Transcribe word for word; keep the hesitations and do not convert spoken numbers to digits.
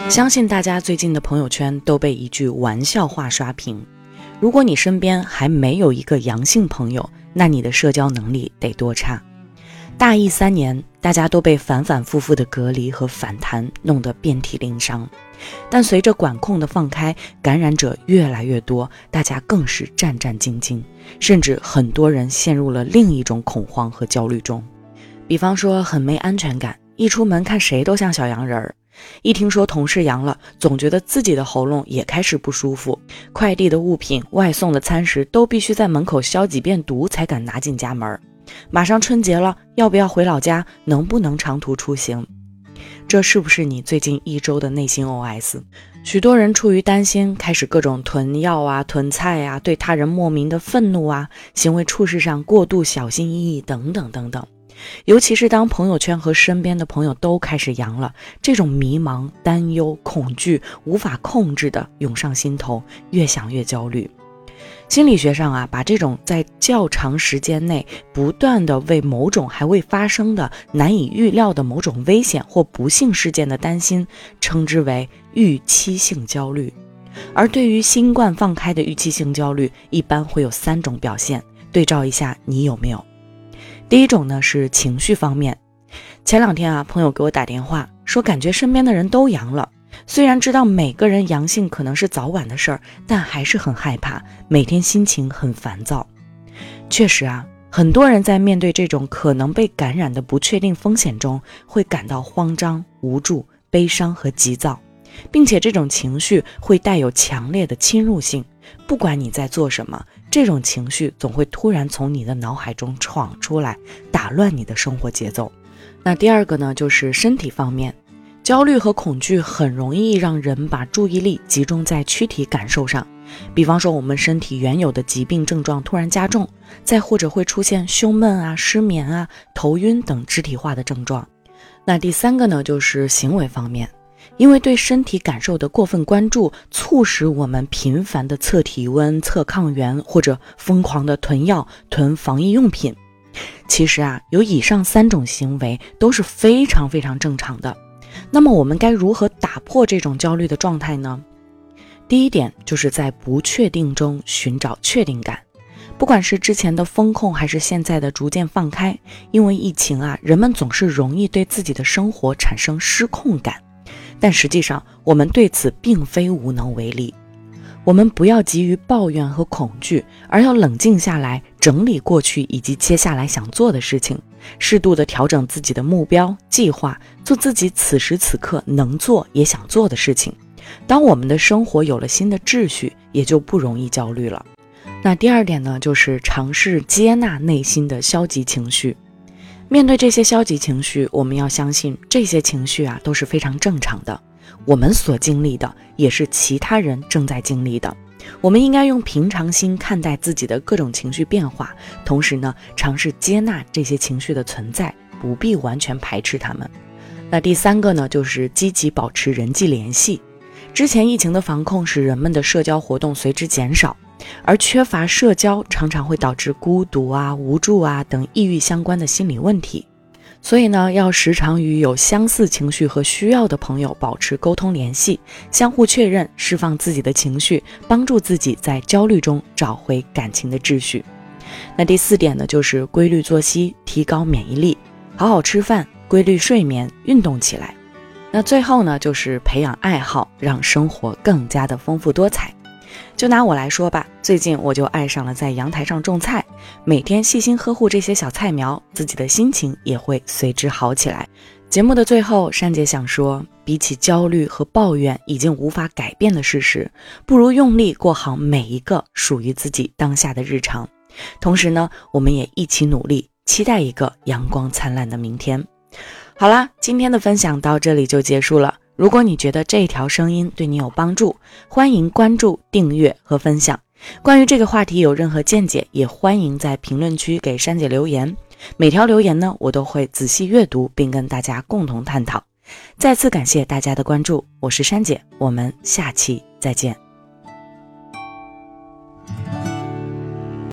相信大家最近的朋友圈都被一句玩笑话刷屏。如果你身边还没有一个阳性朋友，那你的社交能力得多差。大疫三年，大家都被反反复复的隔离和反弹弄得遍体鳞伤。但随着管控的放开，感染者越来越多，大家更是战战兢兢，甚至很多人陷入了另一种恐慌和焦虑中。比方说很没安全感，一出门看谁都像小洋人儿，一听说同事阳了，总觉得自己的喉咙也开始不舒服，快递的物品、外送的餐食都必须在门口消几遍毒才敢拿进家门。马上春节了，要不要回老家？能不能长途出行？这是不是你最近一周的内心 O S？ 许多人出于担心，开始各种囤药啊、囤菜啊，对他人莫名的愤怒啊，行为处事上过度小心翼翼等等等等。尤其是当朋友圈和身边的朋友都开始阳了，这种迷茫、担忧、恐惧无法控制的涌上心头，越想越焦虑。心理学上啊，把这种在较长时间内不断的为某种还未发生的难以预料的某种危险或不幸事件的担心，称之为预期性焦虑。而对于新冠放开的预期性焦虑，一般会有三种表现，对照一下你有没有？第一种呢是情绪方面。前两天啊，朋友给我打电话说，感觉身边的人都阳了。虽然知道每个人阳性可能是早晚的事儿，但还是很害怕，每天心情很烦躁。确实啊，很多人在面对这种可能被感染的不确定风险中，会感到慌张、无助、悲伤和急躁，并且这种情绪会带有强烈的侵入性。不管你在做什么，这种情绪总会突然从你的脑海中闯出来，打乱你的生活节奏。那第二个呢，就是身体方面。焦虑和恐惧很容易让人把注意力集中在躯体感受上，比方说我们身体原有的疾病症状突然加重，再或者会出现胸闷啊、失眠啊、头晕等肢体化的症状。那第三个呢，就是行为方面。因为对身体感受的过分关注，促使我们频繁的测体温、测抗原，或者疯狂的囤药、囤防疫用品。其实啊，有以上三种行为都是非常非常正常的。那么我们该如何打破这种焦虑的状态呢？第一点就是在不确定中寻找确定感。不管是之前的风控还是现在的逐渐放开，因为疫情啊，人们总是容易对自己的生活产生失控感。但实际上我们对此并非无能为力。我们不要急于抱怨和恐惧，而要冷静下来，整理过去以及接下来想做的事情，适度的调整自己的目标计划，做自己此时此刻能做也想做的事情。当我们的生活有了新的秩序，也就不容易焦虑了。那第二点呢，就是尝试接纳内心的消极情绪。面对这些消极情绪，我们要相信这些情绪啊都是非常正常的，我们所经历的也是其他人正在经历的。我们应该用平常心看待自己的各种情绪变化，同时呢，尝试接纳这些情绪的存在，不必完全排斥它们。那第三个呢，就是积极保持人际联系。之前疫情的防控使人们的社交活动随之减少，而缺乏社交常常会导致孤独啊、无助啊等抑郁相关的心理问题。所以呢，要时常与有相似情绪和需要的朋友保持沟通联系，相互确认，释放自己的情绪，帮助自己在焦虑中找回感情的秩序。那第四点呢，就是规律作息，提高免疫力，好好吃饭，规律睡眠，运动起来。那最后呢，就是培养爱好，让生活更加的丰富多彩。就拿我来说吧，最近我就爱上了在阳台上种菜，每天细心呵护这些小菜苗，自己的心情也会随之好起来。节目的最后，珊姐想说，比起焦虑和抱怨已经无法改变的事实，不如用力过好每一个属于自己当下的日常。同时呢，我们也一起努力，期待一个阳光灿烂的明天。好啦，今天的分享到这里就结束了。如果你觉得这条声音对你有帮助，欢迎关注、订阅和分享。关于这个话题有任何见解，也欢迎在评论区给珊姐留言。每条留言呢，我都会仔细阅读，并跟大家共同探讨。再次感谢大家的关注，我是珊姐，我们下期再见。